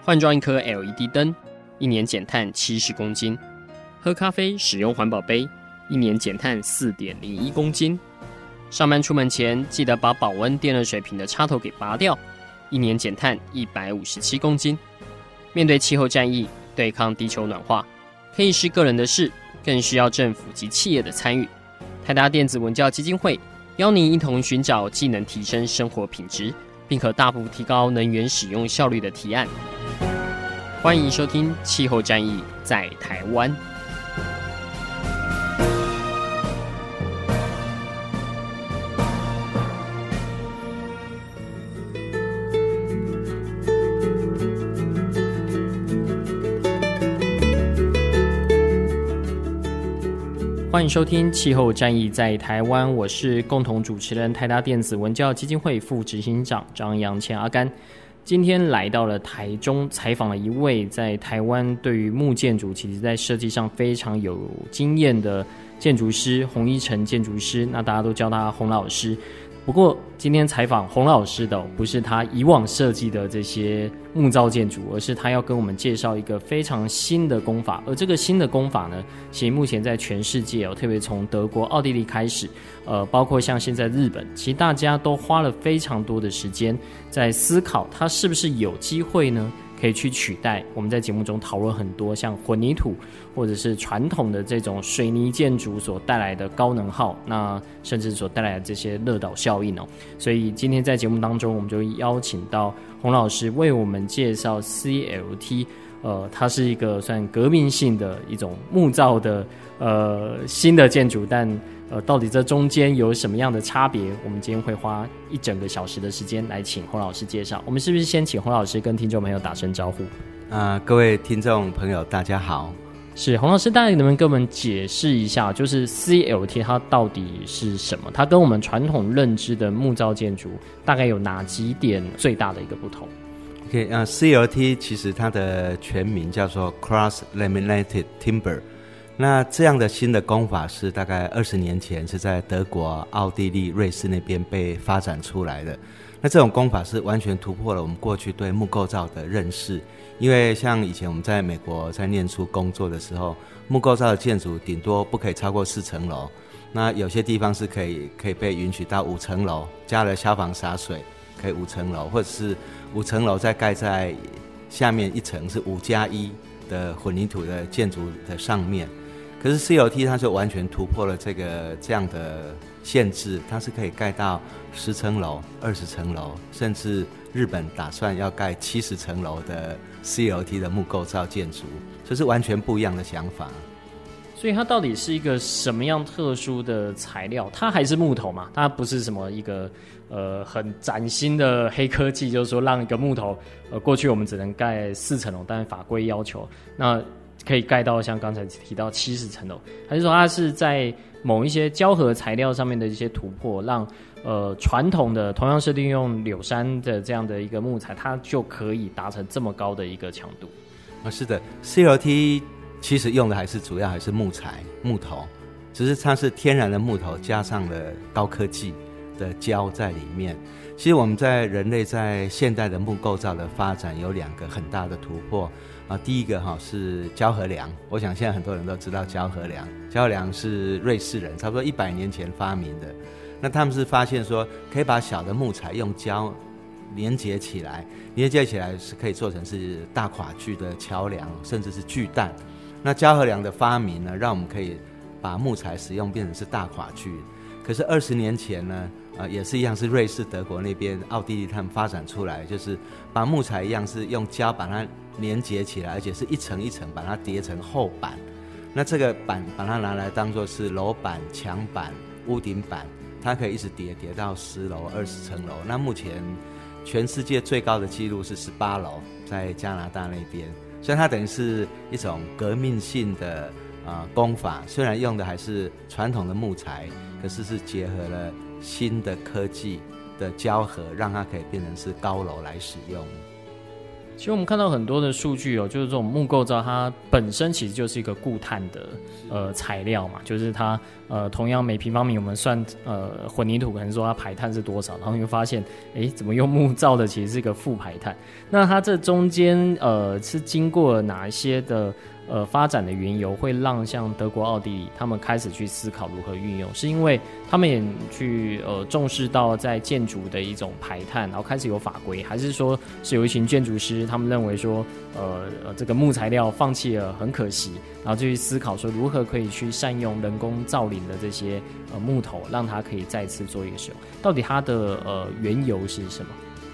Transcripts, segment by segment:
换装一颗 LED 灯，1年减碳70公斤；喝咖啡使用环保杯，1年减碳4.01公斤；上班出门前记得把保温电热水瓶的插头给拔掉，1年减碳157公斤。面对气候战役，对抗地球暖化，可以是个人的事，更需要政府及企业的参与。台达电子文教基金会邀您一同寻找既能提升生活品质，并可大幅提高能源使用效率的提案。欢迎收听《气候战役在台湾》。欢迎收听《气候战役在台湾》，我是共同主持人台达电子文教基金会副执行长张扬谦阿甘。今天来到了台中，采访了一位在台湾对于木建筑其实在设计上非常有经验的建筑师洪一成建筑师，那大家都叫他洪老师。不过今天采访洪老师的不是他以往设计的这些木造建筑，而是他要跟我们介绍一个非常新的工法。而这个新的工法呢，其实目前在全世界特别从德国、奥地利开始，包括像现在日本，其实大家都花了非常多的时间在思考，它是不是有机会呢？可以去取代我们在节目中讨论很多像混凝土或者是传统的这种水泥建筑所带来的高能耗，那甚至所带来的这些热岛效应哦。所以今天在节目当中，我们就邀请到洪老师为我们介绍 CLT， 它是一个算革命性的一种木造的新的建筑，但到底这中间有什么样的差别？我们今天会花1整个小时的时间来请洪老师介绍。我们是不是先请洪老师跟听众朋友打声招呼？ 各位听众朋友大家好。 是洪老师，大概能不能跟我们解释一下，就是 CLT 它到底是什么？它跟我们传统认知的木造建筑大概有哪几点最大的一个不同？ CLT 其实它的全名叫做 Cross Laminated Timber。那这样的新的工法是大概20年前是在德国、奥地利、瑞士那边被发展出来的。那这种工法是完全突破了我们过去对木构造的认识，因为像以前我们在美国在念书工作的时候，木构造的建筑顶多不可以超过4层楼，那有些地方是可以被允许到5层楼，加了消防洒水可以5层楼，或者是5层楼再盖在下面1层是5+1的混凝土的建筑的上面。可是 CLT 它就完全突破了这样的限制，它是可以盖到10层楼、20层楼，甚至日本打算要盖70层楼的 CLT 的木构造建筑，这是完全不一样的想法。 所以它到底是一个什么样特殊的材料？它还是木头嘛？它不是什么一个很崭新的黑科技，就是说让一个木头过去我们只能盖4层楼，但是法规要求那可以盖到像刚才提到70层楼，还是说它是在某一些胶合材料上面的一些突破，让传统的同样是利用柳杉的这样的一个木材，它就可以达成这么高的一个强度？ 是的， CLT 其实用的主要还是木头，只是它是天然的木头加上了高科技的胶在里面。其实我们在人类在现代的木构造的发展有2个很大的突破第一个是胶合梁，我想现在很多人都知道胶合梁是瑞士人差不多100年前发明的。那他们是发现说可以把小的木材用胶连接起来是可以做成是大跨距的桥梁，甚至是巨蛋。那胶合梁的发明呢，让我们可以把木材使用变成是大跨距。可是20年前呢也是一样，是瑞士、德国那边、奥地利他们发展出来，就是把木材一样是用胶把它连接起来，而且是一层一层把它叠成厚板。那这个板把它拿来当作是楼板、墙板、屋顶板，它可以一直叠到10楼、20层楼。那目前全世界最高的纪录是18楼，在加拿大那边。所以它等于是一种革命性的工法，虽然用的还是传统的木材，可是结合了新的科技的胶合，让它可以变成是高楼来使用。 其实我们看到很多的数据哦，就是这种木构造它本身其实就是一个固碳的材料嘛，就是它同样每平方米我们算混凝土可能说它排碳是多少，然后你会发现怎么用木造的其实是一个负排碳。那它这中间是经过了哪一些的发展的缘由，会让像德国、奥地利他们开始去思考如何运用？是因为他们也去重视到在建筑的一种排碳，然后开始有法规，还是说是有一群建筑师他们认为说这个木材料放弃了很可惜，然后就去思考说如何可以去善用人工造林的这些木头，让它可以再次做一个使用？到底它的缘由是什么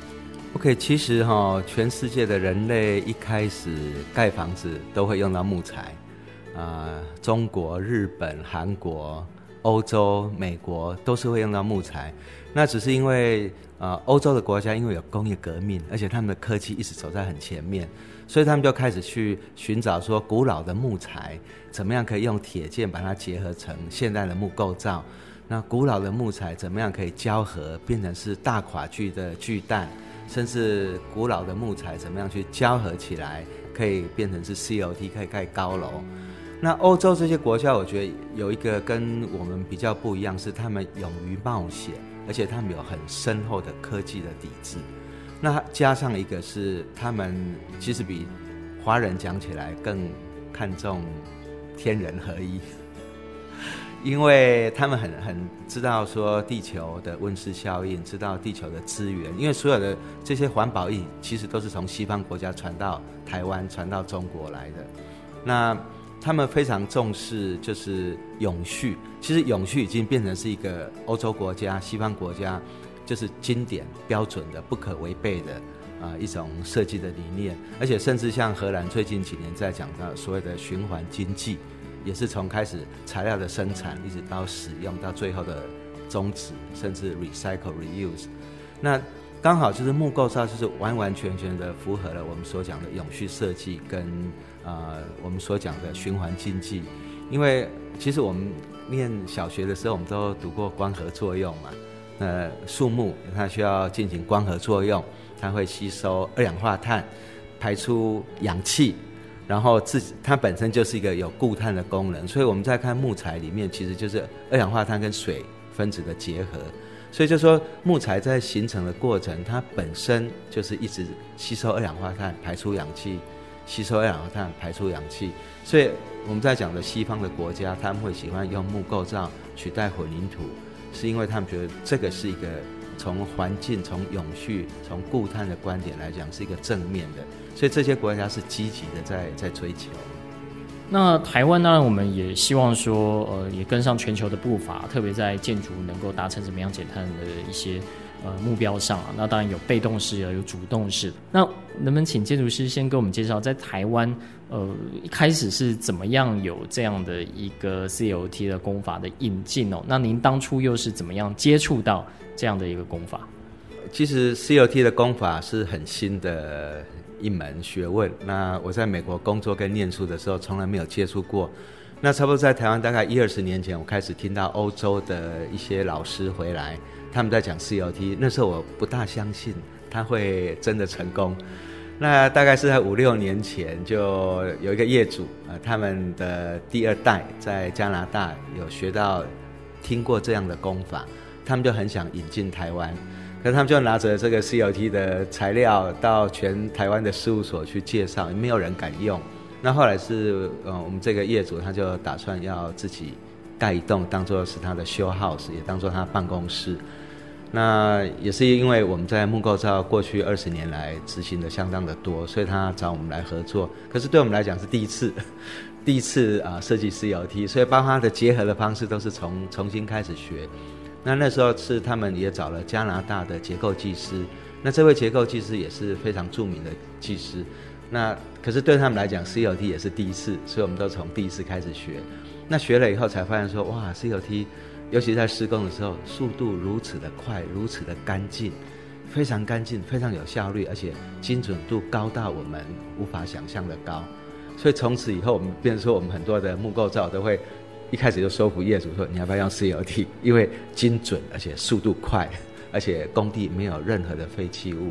？OK， 其实全世界的人类一开始盖房子都会用到木材，中国、日本、韩国、欧洲、美国都是会用到木材。那只是因为欧洲的国家因为有工业革命，而且他们的科技一直走在很前面，所以他们就开始去寻找说古老的木材怎么样可以用铁件把它结合成现代的木构造。那古老的木材怎么样可以交合变成是大跨巨的巨蛋，甚至古老的木材怎么样去交合起来可以变成是 CLT， 可以盖高楼。那欧洲这些国家我觉得有一个跟我们比较不一样，是他们勇于冒险，而且他们有很深厚的科技的底子。那加上一个是他们其实比华人讲起来更看重天人合一，因为他们很知道说地球的温室效应，知道地球的资源，因为所有的这些环保意其实都是从西方国家传到台湾传到中国来的。那他们非常重视就是永续，其实永续已经变成是一个欧洲国家西方国家就是经典标准的不可违背的一种设计的理念。而且甚至像荷兰最近几年在讲到所谓的循环经济，也是从开始材料的生产一直到使用到最后的终止，甚至 recycle reuse。 那刚好就是木构造就是完完全全的符合了我们所讲的永续设计跟我们所讲的循环经济。因为其实我们念小学的时候我们都读过光合作用嘛，树木它需要进行光合作用，它会吸收二氧化碳排出氧气，然后它本身就是一个有固碳的功能，所以我们在看木材里面其实就是二氧化碳跟水分子的结合。所以就说木材在形成的过程它本身就是一直吸收二氧化碳排出氧气，吸收二氧化碳排出氧气。所以我们在讲的西方的国家他们会喜欢用木构造取代混凝土，是因为他们觉得这个是一个从环境从永续从固碳的观点来讲是一个正面的，所以这些国家是积极的在追求。 那台湾当然我们也希望说也跟上全球的步伐，特别在建筑能够达成怎么样减碳的一些目标上那当然有被动式有主动式。那能不能请建筑师先跟我们介绍在台湾一开始是怎么样有这样的一个 CLT 的工法的引进那您当初又是怎么样接触到这样的一个工法？ 其实 CLT 的工法是很新的一门学问，那我在美国工作跟念书的时候从来没有接触过。那差不多在台湾大概10-20年前我开始听到欧洲的一些老师回来他们在讲 CLT， 那时候我不大相信他会真的成功。那大概是在5-6年前就有一个业主他们的第二代在加拿大有学到听过这样的工法，他们就很想引进台湾，可是他们就拿着这个 CLT 的材料到全台湾的事务所去介绍，没有人敢用。那后来是我们这个业主他就打算要自己盖一栋当作是他的 show house， 也当作他办公室。那也是因为我们在木构造过去20年来执行的相当的多，所以他找我们来合作。可是对我们来讲是第一次设计 CLT， 所以包括它的结合的方式都是重新开始学。那时候是他们也找了加拿大的结构技师，那这位结构技师也是非常著名的技师。那可是对他们来讲 CLT 也是第一次，所以我们都从第一次开始学。那学了以后才发现说，哇 CLT 尤其在施工的时候速度如此的快，如此的干净，非常干净，非常有效率，而且精准度高到我们无法想象的高。所以从此以后我们变成说我们很多的木构造都会一开始就说服业主说你要不要用 CLT， 因为精准而且速度快，而且工地没有任何的废弃物，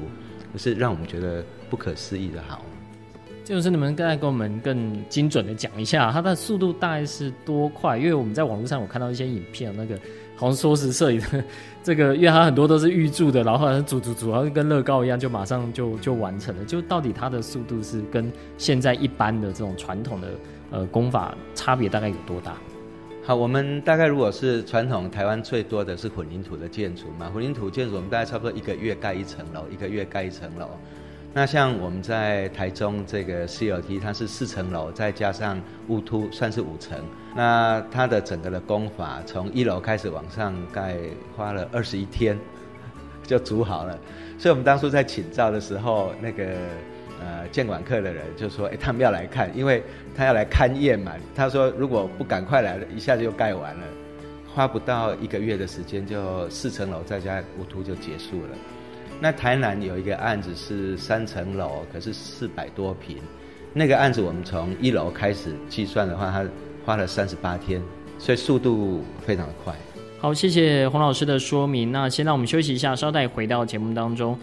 是让我们觉得不可思议的好。 就是你们再跟我们更精准的讲一下，它的速度大概是多快？因为我们在网络上有看到一些影片，那个好像缩时摄影的这个，因为它很多都是预铸的，然后好像煮，然后跟乐高一样，就马上就完成了。就到底它的速度是跟现在一般的这种传统的工法差别大概有多大？ 好，我们大概如果是传统台湾最多的是混凝土的建筑嘛，混凝土建筑我们大概差不多一个月盖一层楼，一个月盖一层楼。那像我们在台中这个 CLT， 它是4层楼，再加上屋突，算是5层。那它的整个的工法，从1楼开始往上盖，花了21天就组好了。所以我们当初在请照的时候，那个建管课的人就说，他们要来看，因为他要来勘验嘛。他说如果不赶快来，一下就盖完了，花不到1个月的时间，就4层楼再加屋突就结束了。那台南有一个案子是3层楼，可是400多坪，那个案子我们从1楼开始计算的话，它花了38天，所以速度非常的快。 好，谢谢洪老师的说明。那先让我们休息一下，稍待回到节目当中。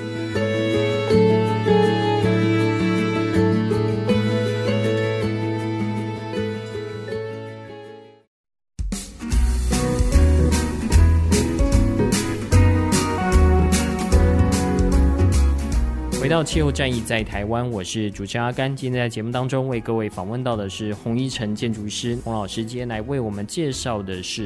回到气候战役在台湾，我是主持人阿甘。今天在节目当中为各位访问到的是洪一成建筑师洪老师，今天来为我们介绍的是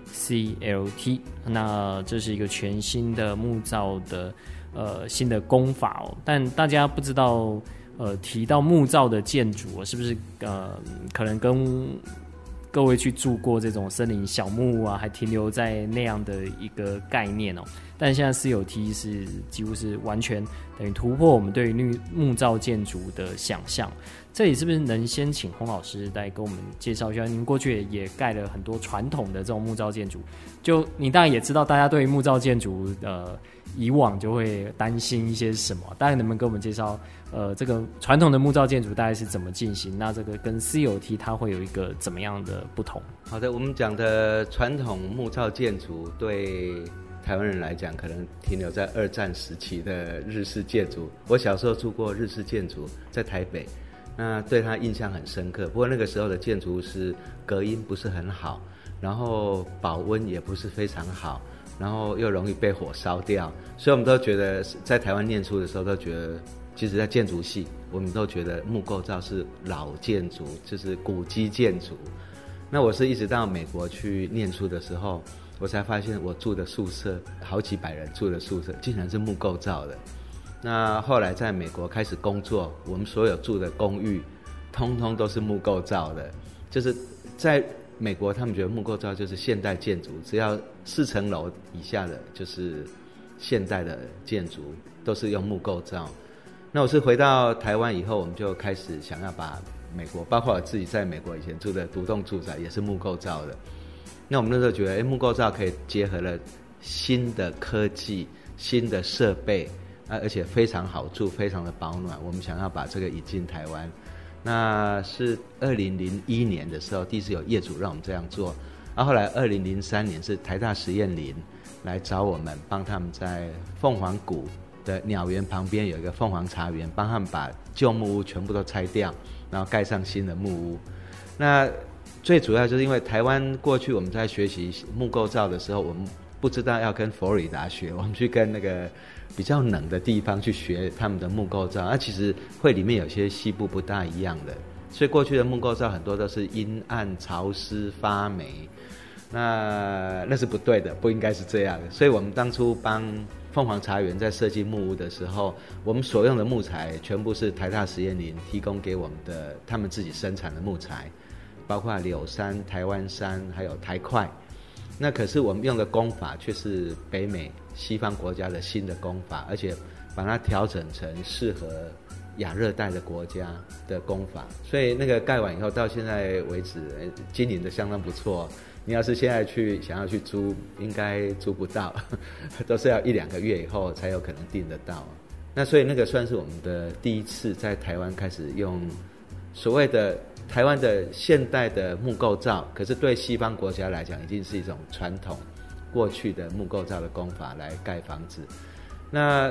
CLT。那这是一个全新的木造的新的工法哦，但大家不知道提到木造的建筑是不是可能跟各位去住过这种森林小木屋啊，还停留在那样的一个概念哦。但现在 CLT 是几乎是完全等于突破我们对于木造建筑的想象。这里是不是能先请洪老师来跟我们介绍一下？您过去也盖了很多传统的这种木造建筑，就你当然也知道，大家对于木造建筑以往就会担心一些什么？大概能不能跟我们介绍这个传统的木造建筑大概是怎么进行？那这个跟 CLT 它会有一个怎么样的不同？ 好的，我们讲的传统木造建筑对台湾人来讲，可能停留在2战时期的日式建筑。我小时候住过日式建筑，在台北，那对它印象很深刻。不过那个时候的建筑是隔音不是很好，然后保温也不是非常好，然后又容易被火烧掉，所以我们都觉得在台湾念书的时候都觉得，其实在建筑系我们都觉得木构造是老建筑，就是古迹建筑。那我是一直到美国去念书的时候，我才发现我住的宿舍，好几百人住的宿舍竟然是木构造的。那后来在美国开始工作，我们所有住的公寓通通都是木构造的。就是在美国他们觉得木构造就是现代建筑，只要4层楼以下的就是现代的建筑，都是用木构造。那我是回到台湾以后，我们就开始想要把美国，包括我自己在美国以前住的独栋住宅也是木构造的。那我们那时候觉得木构造可以结合了新的科技、新的设备，而且非常好住，非常的保暖，我们想要把这个引进台湾。那是2001年的时候，第一次有业主让我们这样做。后来2003年是台大实验林来找我们，帮他们在凤凰谷的鸟园旁边有一个凤凰茶园，帮他们把旧木屋全部都拆掉，然后盖上新的木屋。那最主要就是因为台湾过去我们在学习木构造的时候，我们不知道要跟佛罗里达学，我们去跟那个比较冷的地方去学他们的木构造。其实会里面有些西部不大一样的，所以过去的木构造很多都是阴暗、潮湿、发霉，那是不对的，不应该是这样的。所以我们当初帮凤凰茶园在设计木屋的时候，我们所用的木材全部是台大实验林提供给我们的，他们自己生产的木材，包括柳杉、台湾杉还有台块。那可是我们用的工法却是北美西方国家的新的工法，而且把它调整成适合亚热带的国家的工法，所以那个盖完以后到现在为止经营的相当不错。你要是现在想要去租，应该租不到，都是要1-2个月以后才有可能订得到。那所以那个算是我们的第一次在台湾开始用所谓的台湾的现代的木构造，可是对西方国家来讲已经是一种传统过去的木构造的工法来盖房子。那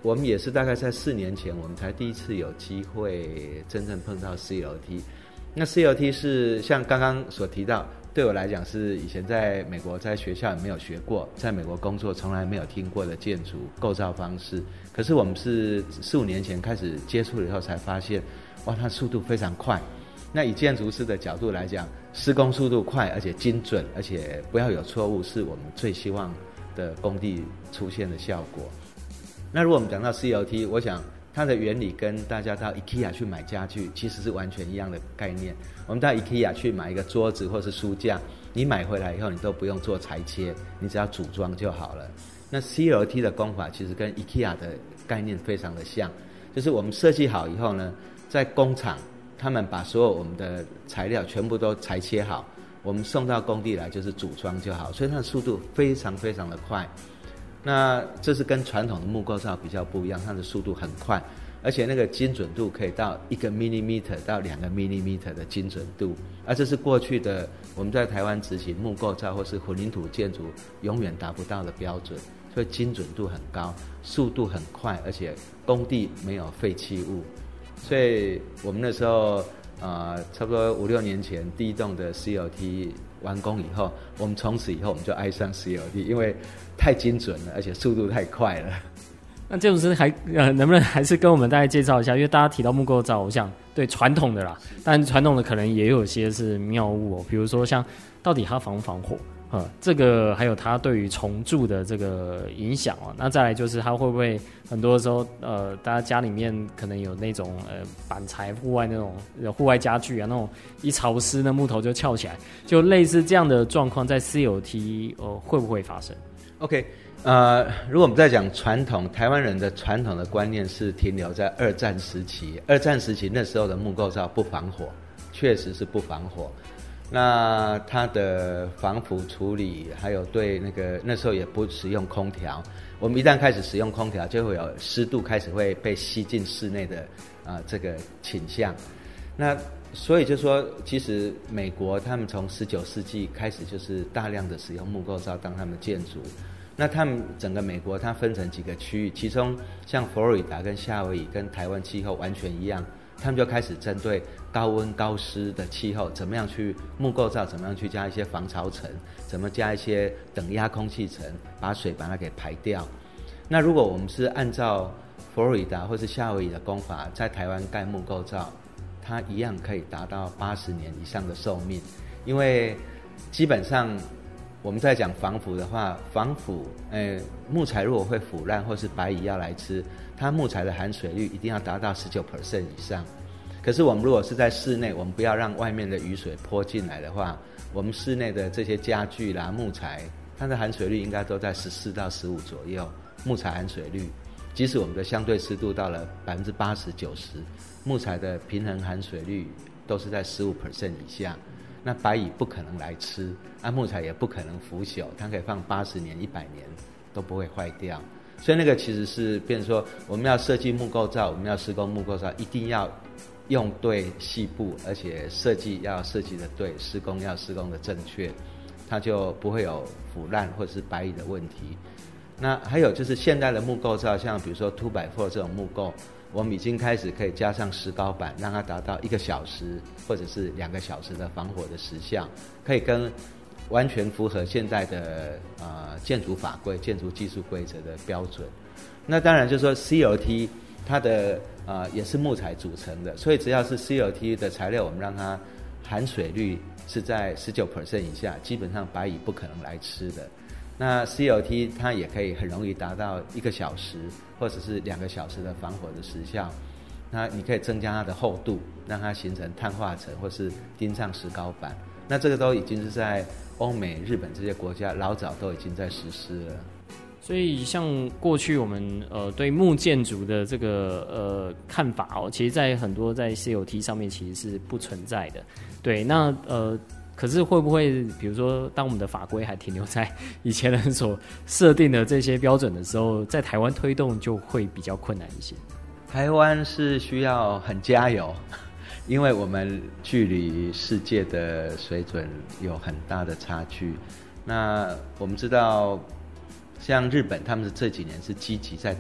我们也是大概在4年前，我们才第一次有机会真正碰到 CLT。那 CLT 是像刚刚所提到，对我来讲是以前在美国在学校也没有学过，在美国工作从来没有听过的建筑构造方式。可是我们是4、5年前开始接触了以后，才发现，哇，它速度非常快。那以建筑师的角度来讲，施工速度快，而且精准，而且不要有错误，是我们最希望的工地出现的效果。那如果我们讲到 CLT， 我想它的原理跟大家到 IKEA 去买家具其实是完全一样的概念。我们到 IKEA 去买一个桌子或是书架，你买回来以后你都不用做裁切，你只要组装就好了。那 CLT 的工法其实跟 IKEA 的概念非常的像，就是我们设计好以后呢，在工厂他们把所有我们的材料全部都裁切好，我们送到工地来就是组装就好，所以它的速度非常非常的快。那这是跟传统的木构造比较不一样，它的速度很快，而且那个精准度可以到1个 millimeter 到2个 millimeter 的精准度，而这是过去的我们在台湾执行木构造或是混凝土建筑永远达不到的标准，所以精准度很高，速度很快，而且工地没有废弃物。所以我们那时候差不多5、6年前第一栋的 CLT 完工以后，我们从此以后我们就爱上 CLT， 因为太精准了，而且速度太快了。 那建筑师能不能还是跟我们大概介绍一下？因为大家提到木构造，我想对传统的啦，但传统的可能也有些是妙物哦，比如说像到底它防不防火，这个还有它对于重铸的这个影响哦。那再来就是它会不会很多时候大家家里面可能有那种板材户外那种户外家具啊，那种一潮湿那木头就翘起来，就类似这样的状况在 CLT 会不会发生 ？OK。如果我们在讲传统，台湾人的传统的观念是停留在2战时期。2战时期那时候的木构造不防火，确实是不防火。那它的防腐处理，还有对那时候也不使用空调。我们一旦开始使用空调，就会有湿度开始会被吸进室内的这个倾向。那所以就说，其实美国他们从19世纪开始就是大量的使用木构造当他们的建筑。那他们整个美国它分成几个区域，其中像佛罗里达跟夏威夷跟台湾气候完全一样，他们就开始针对高温高湿的气候，怎么样去木构造，怎么样去加一些防潮层，怎么加一些等压空气层，把水把它给排掉。那如果我们是按照佛罗里达或是夏威夷的工法，在台湾盖木构造，它一样可以达到80年以上的寿命，因为基本上我们在讲防腐的话，防腐，木材如果会腐烂或是白蚁要来吃，它木材的含水率一定要达到19% 以上。可是我们如果是在室内，我们不要让外面的雨水泼进来的话，我们室内的这些家具啦、木材，它的含水率应该都在14到15左右。木材含水率，即使我们的相对湿度到了80%、90%，木材的平衡含水率都是在15% 以下。那白蚁不可能来吃，木材也不可能腐朽，它可以放80年、100年都不会坏掉。所以那个其实是变成说，我们要设计木构造，我们要施工木构造，一定要用对细部，而且设计要设计的对，施工要施工的正确，它就不会有腐烂或者是白蚁的问题。那还有就是现代的木构造，像比如说 2x4 这种木构，我们已经开始可以加上石膏板，让它达到1个小时或者是2个小时的防火的时效，可以跟完全符合现在的建筑法规、建筑技术规则的标准。那当然就是说 CLT 它的也是木材组成的，所以只要是 CLT 的材料，我们让它含水率是在19% 以下，基本上白蚁不可能来吃的。那 CLT 它也可以很容易达到1个小时或者是2个小时的防火的时效。那你可以增加它的厚度，让它形成碳化层或是钉上石膏板。那这个都已经是在欧美、日本这些国家老早都已经在实施了。 所以像过去我们对木建筑的这个看法哦，其实在很多在 CLT 上面其实是不存在的。对，那可是会不会比如说当我们的法规还停留在以前人所设定的这些标准的时候，在台湾推动就会比较困难一些？ 台湾是需要很加油，因为我们距离世界的水准有很大的差距。那我们知道像日本他们是这几年是积极在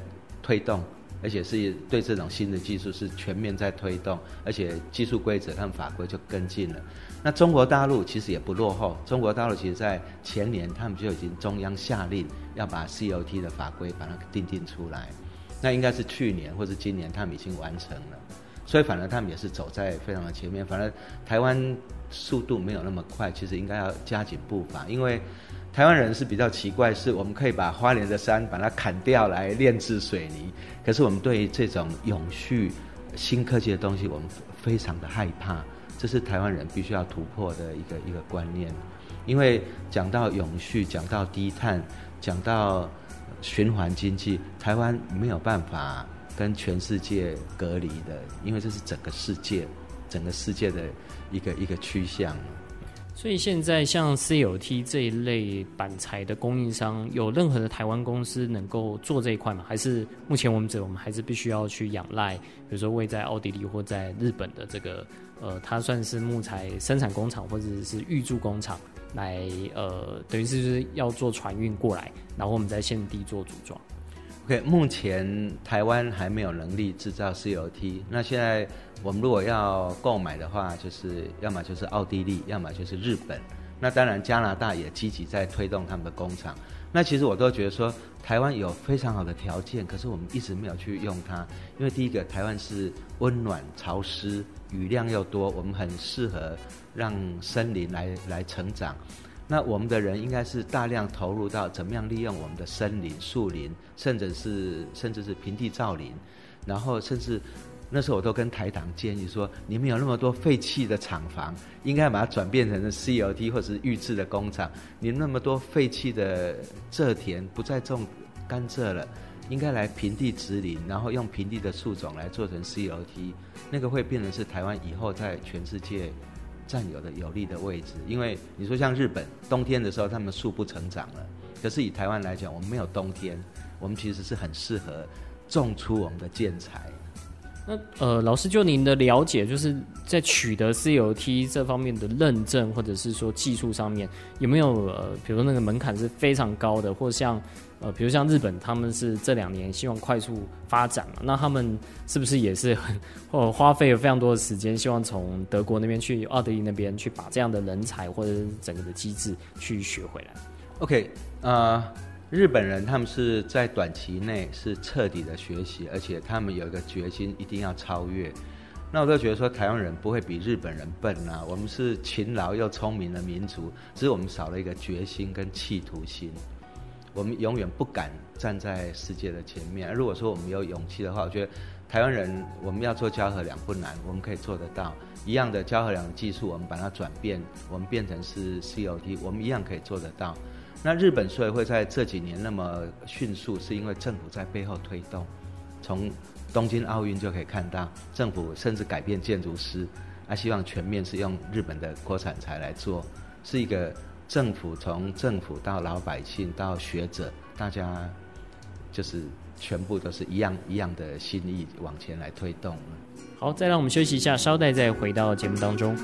推动，而且是对这种新的技术是全面在推动，而且技术规则他们法规就跟进了。那中国大陆其实也不落后，中国大陆其实在前年他们就已经中央下令要把 COT 的法规把它定出来，那应该是去年或是今年他们已经完成了，所以反而他们也是走在非常的前面。反而台湾速度没有那么快，其实应该要加紧步伐，因为台湾人是比较奇怪，是我们可以把花莲的山把它砍掉来炼制水泥，可是我们对于这种永续新科技的东西我们非常的害怕，这是台湾人必须要突破的一个观念。因为讲到永续，讲到低碳，讲到循环经济，台湾没有办法跟全世界隔离的，因为这是整个世界的一个趋向。 所以现在像 CLT 这一类板材的供应商，有任何的台湾公司能够做这一块吗？还是目前我们还是必须要去仰赖，比如说位在奥地利或在日本的这个它算是木材生产工厂或者是预铸工厂来等于是要做船运过来，然后我们在现地做组装。 OK， 目前台湾还没有能力制造 CLT， 那现在我们如果要购买的话，就是要么就是奥地利，要么就是日本。那当然加拿大也积极在推动他们的工厂。那其实我都觉得说，台湾有非常好的条件，可是我们一直没有去用它。因为第一个，台湾是温暖、潮湿，雨量又多，我们很适合让森林来成长。那我们的人应该是大量投入到怎么样利用我们的森林、树林，甚至是平地造林，然后甚至那时候我都跟台糖建议说，你们有那么多废弃的厂房，应该把它转变成 CLT 或者是预制的工厂。你那么多废弃的蔗田不再种甘蔗了，应该来平地植林，然后用平地的树种来做成 CLT， 那个会变成是台湾以后在全世界占有的有利的位置。因为你说像日本冬天的时候他们树不成长了，可是以台湾来讲，我们没有冬天，我们其实是很适合种出我们的建材。 那老师就您的了解，就是在取得 CLT 这方面的认证，或者是说技术上面有没有比如说那个门槛是非常高的，或者像比如像日本他们是这2年希望快速发展嘛，那他们是不是也是花费了非常多的时间，希望从德国那边去奥地利那边去把这样的人才或者是整个的机制去学回来？ OK， 日本人他们是在短期内是彻底的学习，而且他们有一个决心一定要超越。那我都觉得说台湾人不会比日本人笨啊，我们是勤劳又聪明的民族，只是我们少了一个决心跟企图心，我们永远不敢站在世界的前面。如果说我们有勇气的话，我觉得台湾人我们要做胶合梁不难，我们可以做得到。一样的胶合梁的技术，我们把它转变，我们变成是 CLT， 我们一样可以做得到。那日本所以会在这几年那么迅速，是因为政府在背后推动。从东京奥运就可以看到，政府甚至改变建筑师，希望全面是用日本的国产材来做，是一个从政府到老百姓到学者，大家就是全部都是一样的心意往前来推动。 好，再让我们休息一下，稍待再回到节目当中。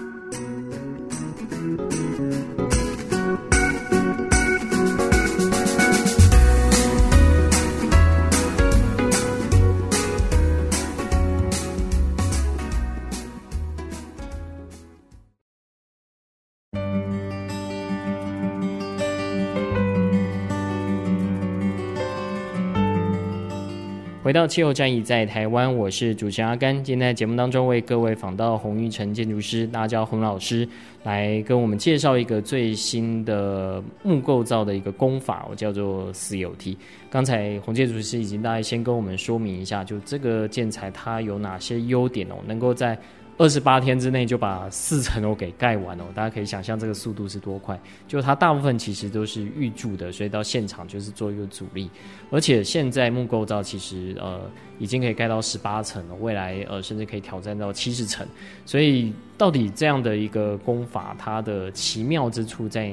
回到气候战役在台湾，我是主持人阿甘。今天在节目当中为各位访到洪玉成建筑师，大家叫洪老师，来跟我们介绍一个最新的木构造的一个工法，我叫做 CLT。刚才洪建筑师已经大概先跟我们说明一下，就这个建材它有哪些优点哦，能够在28天之内就把4层楼给盖完哦，大家可以想象这个速度是多快。就它大部分其实都是预铸的，所以到现场就是做一个阻力。而且现在木构造其实已经可以盖到18层了，未来甚至可以挑战到70层。所以到底这样的一个工法，它的奇妙之处在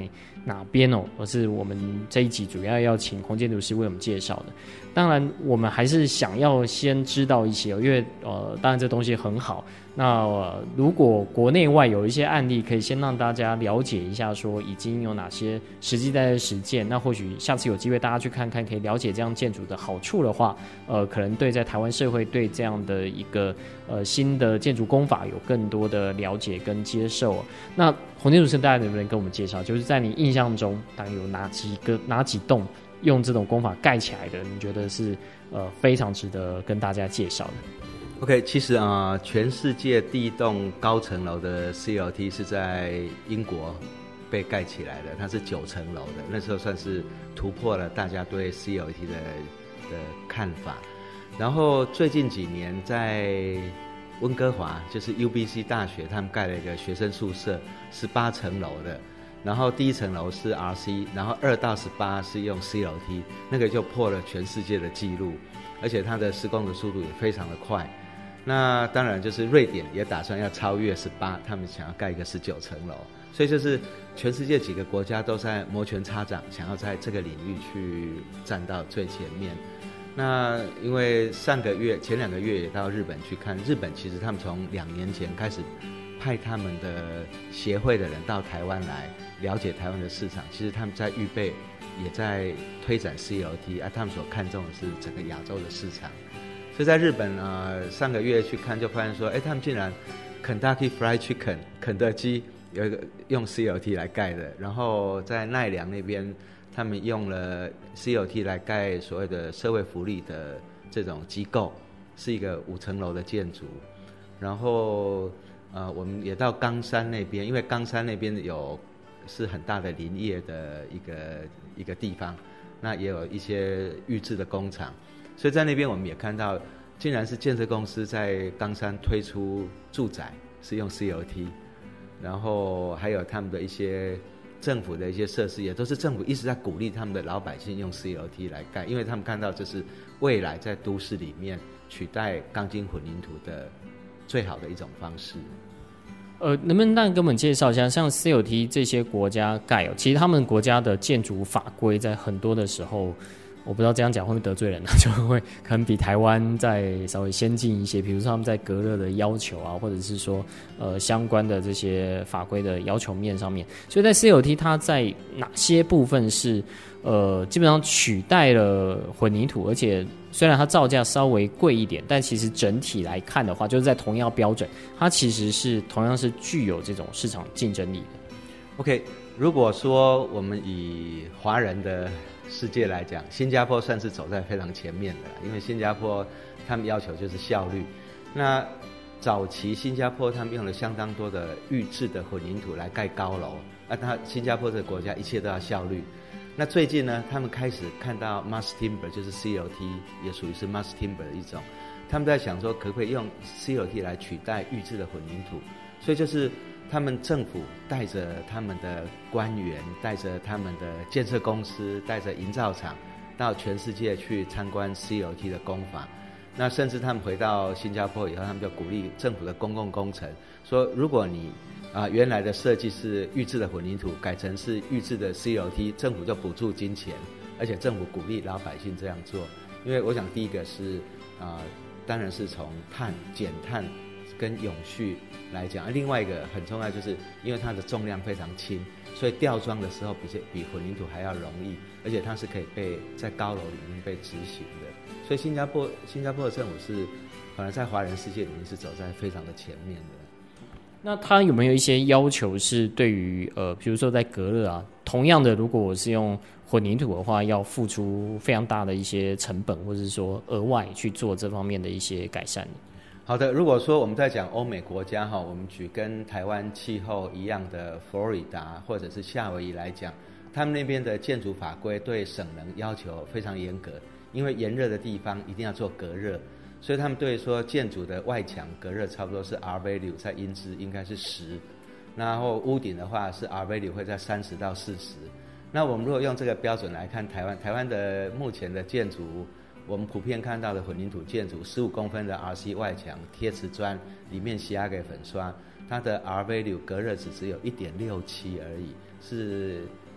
哪边哦，而是我们这一集主要请洪建筑师为我们介绍的。当然，我们还是想要先知道一些因为当然这东西很好。那如果国内外有一些案例，可以先让大家了解一下，说已经有哪些实际在实践。那或许下次有机会大家去看看，可以了解这样建筑的好处的话，可能对在台湾社会对这样的一个新的建筑工法有更多的了解跟接受。那洪建筑师，大家能不能跟我们介绍，就是在你印象中，大概有哪几栋用这种工法盖起来的，你觉得是非常值得跟大家介绍的 ？OK， 其实全世界第一栋高层楼的 CLT 是在英国被盖起来的，它是9层楼的，那时候算是突破了大家对 CLT 的看法。然后最近几年在温哥华，就是 UBC 大学，他们盖了一个学生宿舍，18层楼的。然后第1层楼是 RC， 然后2到18是用 CLT， 那个就破了全世界的纪录，而且它的施工的速度也非常的快。那当然就是瑞典也打算要超越18，他们想要盖一个19层楼，所以就是全世界几个国家都在摩拳擦掌，想要在这个领域去站到最前面。那因为前2个月也到日本去看，日本其实他们从2年前开始派他们的协会的人到台湾来了解台湾的市场，其实他们在预备也在推展 CLT， 他们所看重的是整个亚洲的市场。所以在日本上个月去看就发现说，他们竟然 Kentucky Fried Chicken 肯德基有一个用 CLT 来盖的，然后在奈良那边他们用了 CLT 来盖所谓的社会福利的这种机构，是一个5层楼的建筑。然后我们也到冈山那边，因为冈山那边是很大的林业的一个地方，那也有一些预制的工厂。所以在那边我们也看到，竟然是建设公司在冈山推出住宅是用 CLT， 然后还有他们的一些政府的一些设施，也都是政府一直在鼓励他们的老百姓用 CLT 来盖，因为他们看到这是未来在都市里面取代钢筋混凝土的最好的一种方式。 能不能跟我们介绍一下，像 CLT 这些国家盖其实他们国家的建筑法规在很多的时候，我不知道这样讲会不会得罪人，就会可能比台湾再稍微先进一些，比如说他们在隔热的要求啊，或者是说相关的这些法规的要求面上面，所以在 CLT 它在哪些部分是基本上取代了混凝土，而且虽然它造价稍微贵一点，但其实整体来看的话，就是在同样标准，它其实是同样是具有这种市场竞争力的。 OK， 如果说我们以华人的世界来讲，新加坡算是走在非常前面的，因为新加坡他们要求就是效率。那早期新加坡他们用了相当多的预制的混凝土来盖高楼，新加坡这个国家一切都要效率。那最近呢，他们开始看到 mass timber， 就是 CLT 也属于是 mass timber 的一种，他们在想说可不可以用 CLT 来取代预制的混凝土，所以就是他们政府带着他们的官员，带着他们的建设公司，带着营造厂到全世界去参观 CLT 的工法。那甚至他们回到新加坡以后，他们就鼓励政府的公共工程，说如果你原来的设计是预制的混凝土，改成是预制的 CLT， 政府就补助金钱，而且政府鼓励老百姓这样做。因为我想第一个是当然是从减碳跟永续来讲，另外一个很重要，就是因为它的重量非常轻，所以吊装的时候比混凝土还要容易，而且它是可以在高楼里面被执行的。所以新加坡的政府是反而在华人世界里面是走在非常的前面的。 那它有没有一些要求是对于比如说在隔热啊，同样的如果我是用混凝土的话，要付出非常大的一些成本，或者是说额外去做这方面的一些改善？ 好的，如果说我们在讲欧美国家我们举跟台湾气候一样的佛罗里达或者是夏威夷来讲，他们那边的建筑法规对省能要求非常严格，因为炎热的地方一定要做隔热，所以他们对说建筑的外墙隔热差不多是 R value 在英制应该是10，然后屋顶的话是 R value 会在30到40。那我们如果用这个标准来看台湾的目前的建筑，我们普遍看到的混凝土建筑15公分的 RC 外墙贴瓷砖，里面洗压给粉刷，它的 R value 隔热值只有 1.67 而已，是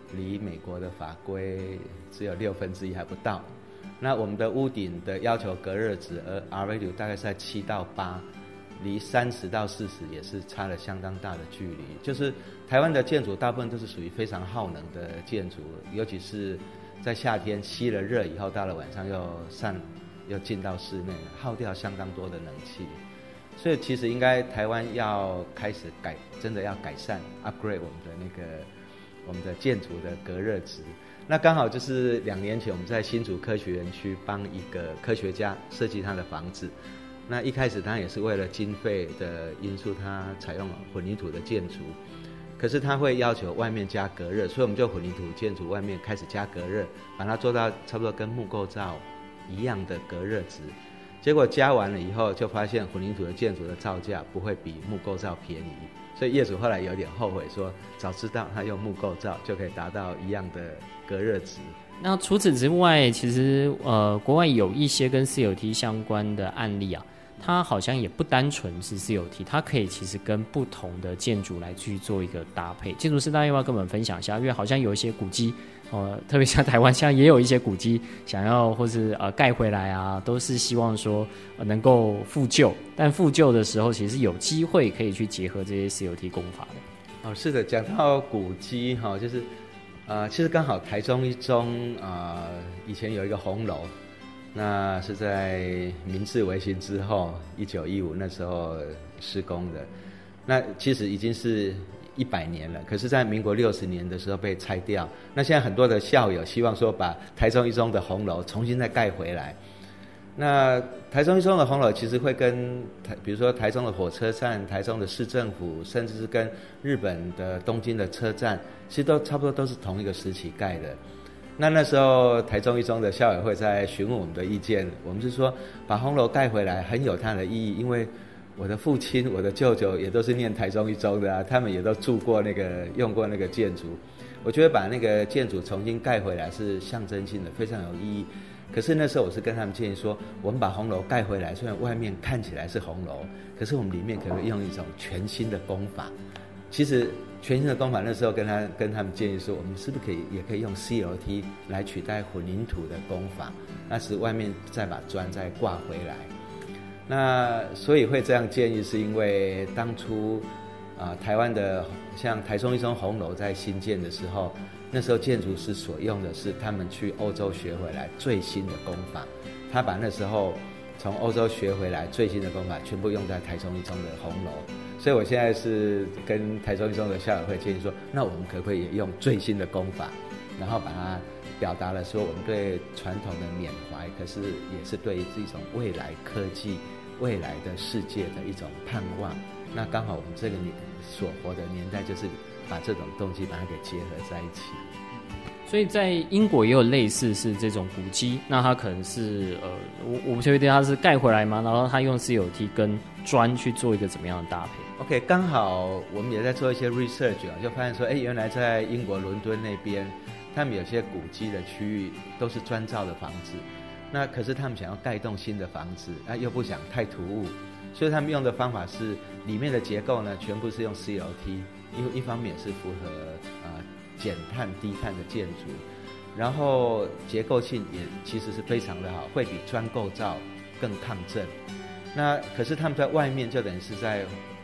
离美国的法规只有1/6还不到。那我们的屋顶的要求隔热值，而 R value 大概是在7到8，离30到40也是差了相当大的距离。就是台湾的建筑大部分都是属于非常耗能的建筑，尤其是在夏天吸了热以后，到了晚上又进到室内，耗掉相当多的冷气。所以其实应该台湾要开始真的要改善 upgrade 我们的建筑的隔热值。那刚好就是2年前我们在新竹科学园区帮一个科学家设计他的房子。那一开始他也是为了经费的因素，他采用了混凝土的建筑，可是他会要求外面加隔热，所以我们就混凝土建筑外面开始加隔热，把它做到差不多跟木构造一样的隔热值。结果加完了以后，就发现混凝土的建筑的造价不会比木构造便宜，所以业主后来有点后悔，说早知道他用木构造就可以达到一样的隔热值。 那除此之外，其实国外有一些跟 CLT 相关的案例啊，它好像也不单纯是 CLT， 它可以其实跟不同的建筑来去做一个搭配。建筑师大家要不要跟我们分享一下？因为好像有一些古迹，特别像台湾，像也有一些古迹想要或是盖回来啊，都是希望说能够复旧，但复旧的时候其实有机会可以去结合这些 CLT 工法的。 是的，讲到古迹就是其实刚好台中一中以前有一个红楼，那是在明治维新之后1915那时候施工的，那其实已经是100年了，可是在民国60年的时候被拆掉。那现在很多的校友希望说把台中一中的红楼重新再盖回来。那台中一中的红楼其实会跟比如说台中的火车站、台中的市政府，甚至是跟日本的东京的车站，其实都差不多都是同一个时期盖的。那时候台中一中的校友会在询问我们的意见，我们是说把红楼盖回来很有它的意义，因为我的父亲、我的舅舅也都是念台中一中的他们也都住过用过那个建筑。我觉得把那个建筑重新盖回来是象征性的，非常有意义。可是那时候我是跟他们建议说，我们把红楼盖回来，虽然外面看起来是红楼，可是我们里面可不可以用一种全新的工法？其实全新的工法那时候跟他们建议说，我们是不是也可以用 CLT 来取代混凝土的工法，那是外面再把砖再挂回来。那所以会这样建议，是因为当初台湾的像台中一中红楼在新建的时候，那时候建筑师所用的是他们去欧洲学回来最新的工法，他把那时候从欧洲学回来最新的工法全部用在台中一中的红楼。所以我现在是跟台中一中的校友会建议说，那我们可不可以也用最新的工法，然后把它表达了说我们对传统的缅怀，可是也是对这种未来科技、未来的世界的一种盼望。那刚好我们这个所活的年代，就是把这种东西把它给结合在一起。 所以在英国也有类似是这种古迹，那它可能是我不确定它是盖回来吗？然后它用 CLT 跟砖去做一个怎么样的搭配 ？OK， 刚好我们也在做一些 research 就发现说，原来在英国伦敦那边，他们有些古迹的区域都是砖造的房子，那可是他们想要盖一栋新的房子，又不想太突兀，所以他们用的方法是里面的结构呢全部是用 CLT， 因为一方面是符合减碳低碳的建筑，然后结构性也其实是非常的好，会比砖构造更抗震。那可是他们在外面就等于是在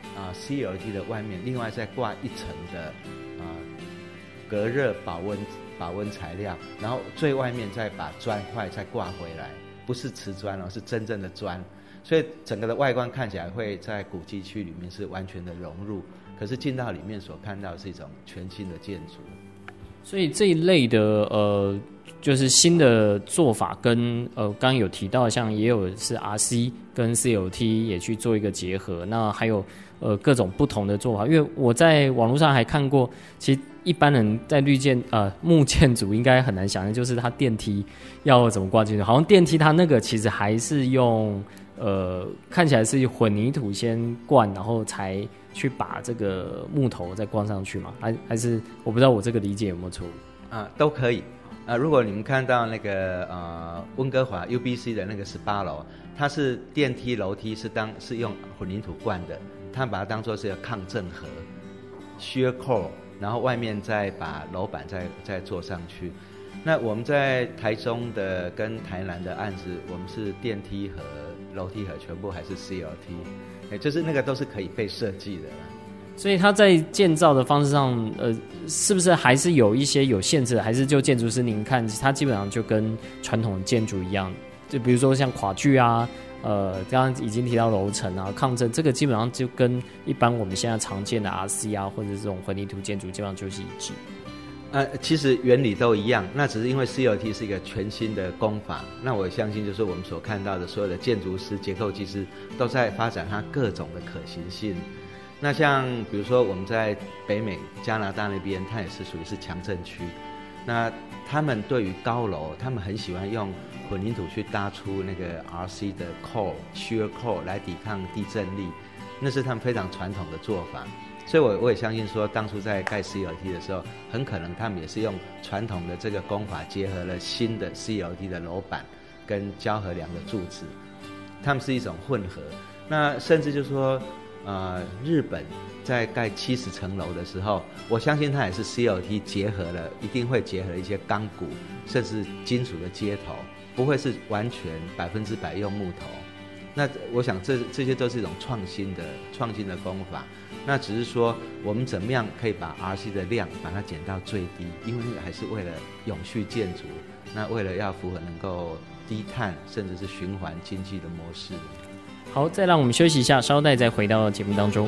CLT 的外面另外再挂一层的隔热保温材料，然后最外面再把砖块再挂回来，不是瓷砖是真正的砖，所以整个的外观看起来会在古迹区里面是完全的融入，可是进到里面所看到的是一种全新的建筑。 所以这一类的就是新的做法跟刚刚有提到，像也有是 RC 跟 CLT 也去做一个结合，那还有各种不同的做法。因为我在网络上还看过，其实一般人在木建筑应该很难想象，就是它电梯要怎么挂进去，好像电梯它那个其实还是用看起来是混凝土先灌，然后才去把这个木头再灌上去嘛？还是我不知道我这个理解有没有错误？ 都可以。如果你们看到那个温哥华 UBC 的那个18楼，它是电梯楼梯是用混凝土灌的，它把它当作是一个抗震盒 shear core 然后外面再把楼板再做上去。那我们在台中的跟台南的案子，我们是电梯和楼梯盒全部还是 CLT， 就是那个都是可以被设计的啦。 所以它在建造的方式上，是不是还是有一些有限制的？还是就建筑师您看，它基本上就跟传统建筑一样，就比如说像跨距啊，刚刚已经提到楼层啊、抗震，这个基本上就跟一般我们现在常见的 RC 啊，或者这种混凝土建筑基本上就是一致。 其实原理都一样，那只是因为 CLT 是一个全新的工法，那我相信就是我们所看到的所有的建筑师、结构技师都在发展它各种的可行性。那像比如说我们在北美加拿大那边，它也是属于是强震区，那他们对于高楼，他们很喜欢用混凝土去搭出那个 RC 的 core、shear core 来抵抗地震力，那是他们非常传统的做法。所以我也相信说，当初在盖 CLT 的时候，很可能他们也是用传统的这个工法，结合了新的 CLT 的楼板跟胶合梁的柱子，他们是一种混合。那甚至就是说，日本在盖70层楼的时候，我相信它也是 CLT 结合了，一定会结合一些钢骨，甚至金属的接头，不会是完全100%用木头。那我想这些都是一种创新的工法。那只是说我们怎么样可以把 RC 的量把它减到最低，因为还是为了永续建筑，那为了要符合能够低碳甚至是循环经济的模式。 好，再让我们休息一下，稍待再回到节目当中。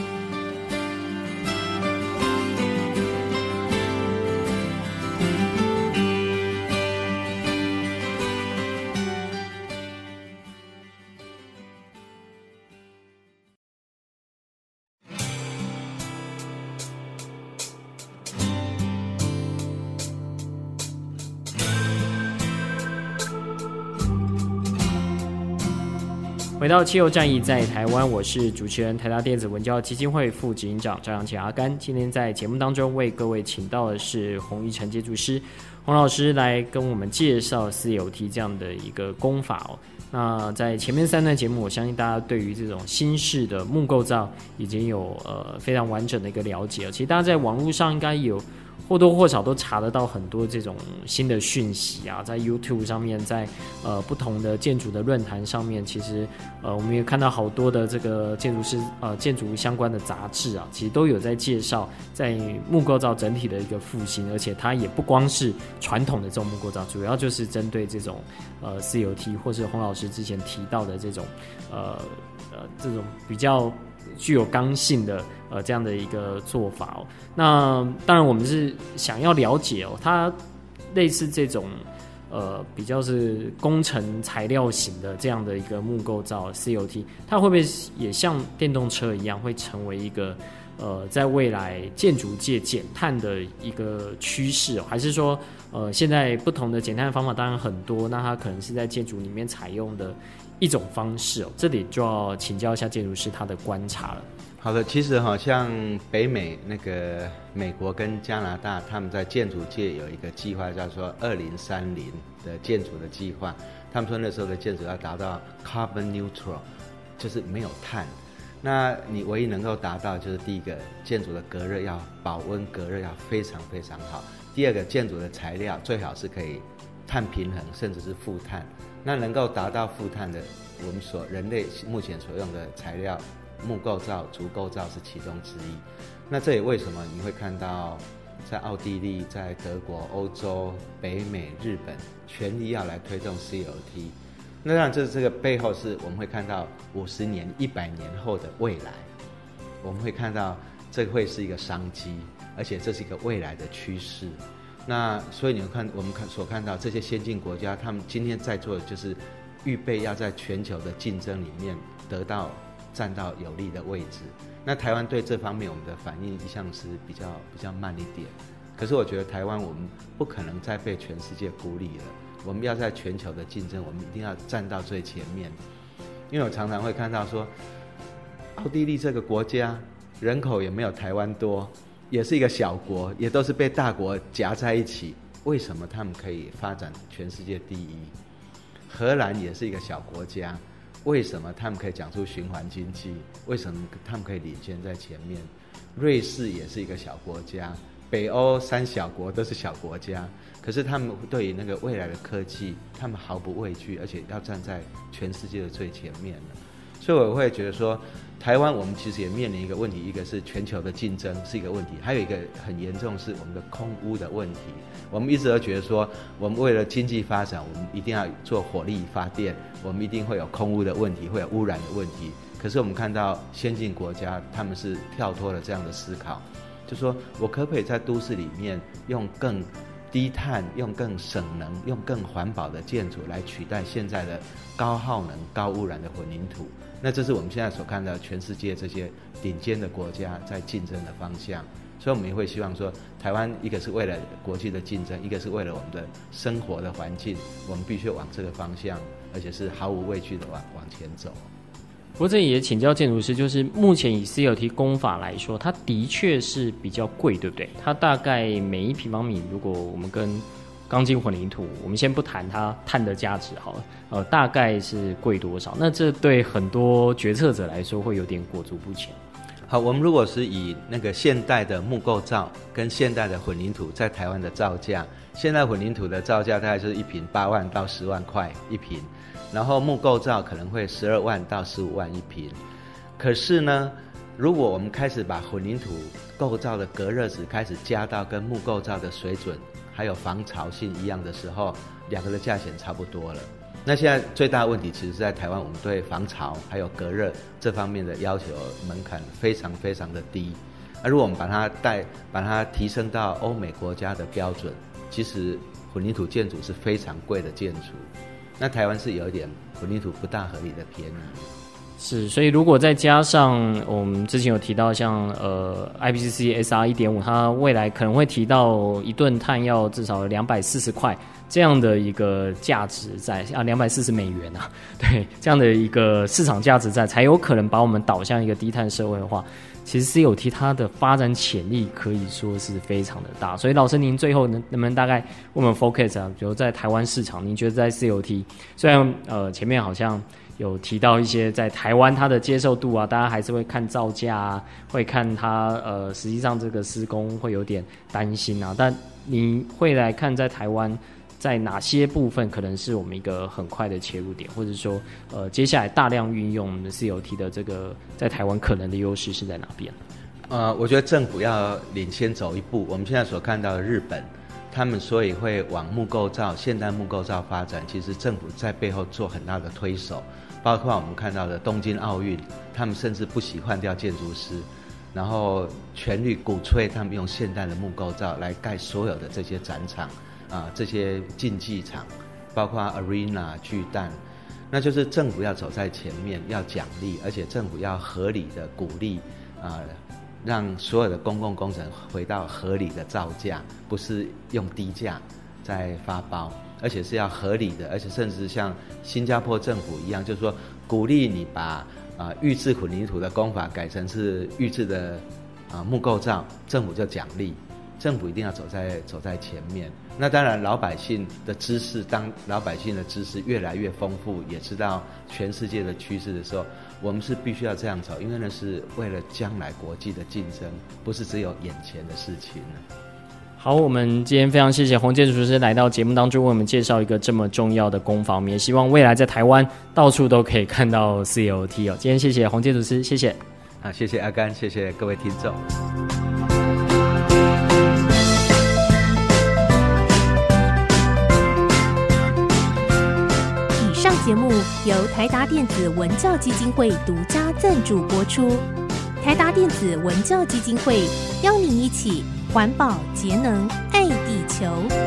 回到气候战役在台湾，我是主持人台大电子文教基金会副执行长张扬乾阿甘。今天在节目当中为各位请到的是洪一成建筑师，洪老师来跟我们介绍 CLT 这样的一个工法哦。那在前面3段节目，我相信大家对于这种新式的木构造已经有非常完整的一个了解了。其实大家在网络上应该有或多或少都查得到很多这种新的讯息啊，在 YouTube 上面，在不同的建筑的论坛上面，其实我们也看到好多的这个建筑师建筑相关的杂志啊，其实都有在介绍在木构造整体的一个复兴，而且它也不光是传统的这种木构造，主要就是针对这种CLT 或是洪老师之前提到的这种这种比较具有刚性的这样的一个做法哦。那当然我们是想要了解哦，它类似这种比较是工程材料型的这样的一个木构造 CLT， 它会不会也像电动车一样，会成为一个在未来建筑界减碳的一个趋势哦？还是说现在不同的减碳方法当然很多，那它可能是在建筑里面采用的一种方式哦？这里就要请教一下建筑师他的观察了。 好的，其实像北美那个美国跟加拿大，他们在建筑界有一个计划叫做2030的建筑的计划。他们说那时候的建筑要达到 carbon neutral， 就是没有碳。那你唯一能够达到就是第一个，建筑的隔热要保温隔热要非常非常好。第二个，建筑的材料最好是可以碳平衡，甚至是负碳。那能够达到负碳的，我们人类目前所用的材料，木构造、竹构造是其中之一。那这也为什么你会看到在奥地利、在德国、欧洲、北美、日本全力要来推动 CLT。那当然这个背后是我们会看到50年、100年后的未来，我们会看到这会是一个商机，而且这是一个未来的趋势。那所以你看，我们所看到这些先进国家，他们今天在做的就是预备要在全球的竞争里面占到有利的位置。那台湾对这方面我们的反应一向是比较慢一点，可是我觉得台湾我们不可能再被全世界孤立了，我们要在全球的竞争，我们一定要站到最前面。因为我常常会看到说，奥地利这个国家人口也没有台湾多，也是一个小国，也都是被大国夹在一起，为什么他们可以发展全世界第一？荷兰也是一个小国家，为什么他们可以讲出循环经济？为什么他们可以领先在前面？ 瑞士也是一个小国家，北欧3小国都是小国家，可是他们对于那个未来的科技，他们毫不畏惧，而且要站在全世界的最前面的。所以我会觉得说，台湾我们其实也面临一个问题，一个是全球的竞争是一个问题，还有一个很严重是我们的空污的问题。我们一直都觉得说，我们为了经济发展，我们一定要做火力发电，我们一定会有空污的问题，会有污染的问题。可是我们看到先进国家，他们是跳脱了这样的思考，就说我可不可以在都市里面用更低碳、用更省能、用更环保的建筑来取代现在的高耗能、高污染的混凝土。那这是我们现在所看到全世界这些顶尖的国家在竞争的方向。所以我们也会希望说，台湾一个是为了国际的竞争，一个是为了我们的生活的环境，我们必须往这个方向，而且是毫无畏惧的往前走。 不过这里也请教建筑师，就是目前以 CLT 工法来说，它的确是比较贵，对不对？它大概每1平方米，如果我们跟钢筋混凝土，我们先不谈它碳的价值好了，大概是贵多少？那这对很多决策者来说会有点裹足不前。 好，我们如果是以那个现代的木构造跟现代的混凝土在台湾的造价，现代混凝土的造价大概就是1坪8万到10万块1坪，然后木构造可能会12万到15万1坪。可是呢，如果我们开始把混凝土构造的隔热纸开始加到跟木构造的水准还有防潮性一样的时候，两个的价钱差不多了。那现在最大的问题其实是在台湾，我们对防潮还有隔热这方面的要求门槛非常非常的低。而如果我们把它提升到欧美国家的标准，其实混凝土建筑是非常贵的建筑。那台湾是有一点混凝土不大合理的便宜。 是，所以如果再加上我们之前有提到像IPCC SR 1.5，它未来可能会提到1吨碳要至少240块这样的一个价值在240美元啊，对，这样的一个市场价值在，才有可能把我们导向一个低碳社会化。其实 CLT 它的发展潜力可以说是非常的大，所以老师您最后能不能大概为我们 focus 啊，比如在台湾市场，您觉得在 CLT 虽然前面好像有提到一些在台湾它的接受度啊，大家还是会看造价啊，会看它实际上这个施工会有点担心啊，但你会来看在台湾在哪些部分可能是我们一个很快的切入点，或者说接下来大量运用 CLT 的这个在台湾可能的优势是在哪边？ 我觉得政府要领先走一步。我们现在所看到的日本，他们所以会往木构造、现代木构造发展，其实政府在背后做很大的推手，包括我们看到的东京奥运，他们甚至不惜换掉建筑师，然后全力鼓吹他们用现代的木构造来盖所有的这些展场这些竞技场，包括 arena 巨蛋，那就是政府要走在前面，要奖励，而且政府要合理的鼓励让所有的公共工程回到合理的造价，不是用低价在发包，而且是要合理的，而且甚至像新加坡政府一样，就是说鼓励你把预制混凝土的工法改成是预制的木构造，政府就奖励。政府一定要走在前面。那当然老百姓的知识，当老百姓的知识越来越丰富，也知道全世界的趋势的时候，我们是必须要这样走，因为那是为了将来国际的竞争，不是只有眼前的事情。 好，我们今天非常谢谢洪建筑师来到节目当中为我们介绍一个这么重要的工法，我们也希望未来在台湾到处都可以看到 CLT 今天谢谢洪建筑师，谢谢。 谢谢阿甘，谢谢各位听众。 以上节目由台达电子文教基金会独家赞助播出。台达电子文教基金会邀您一起环保节能爱地球。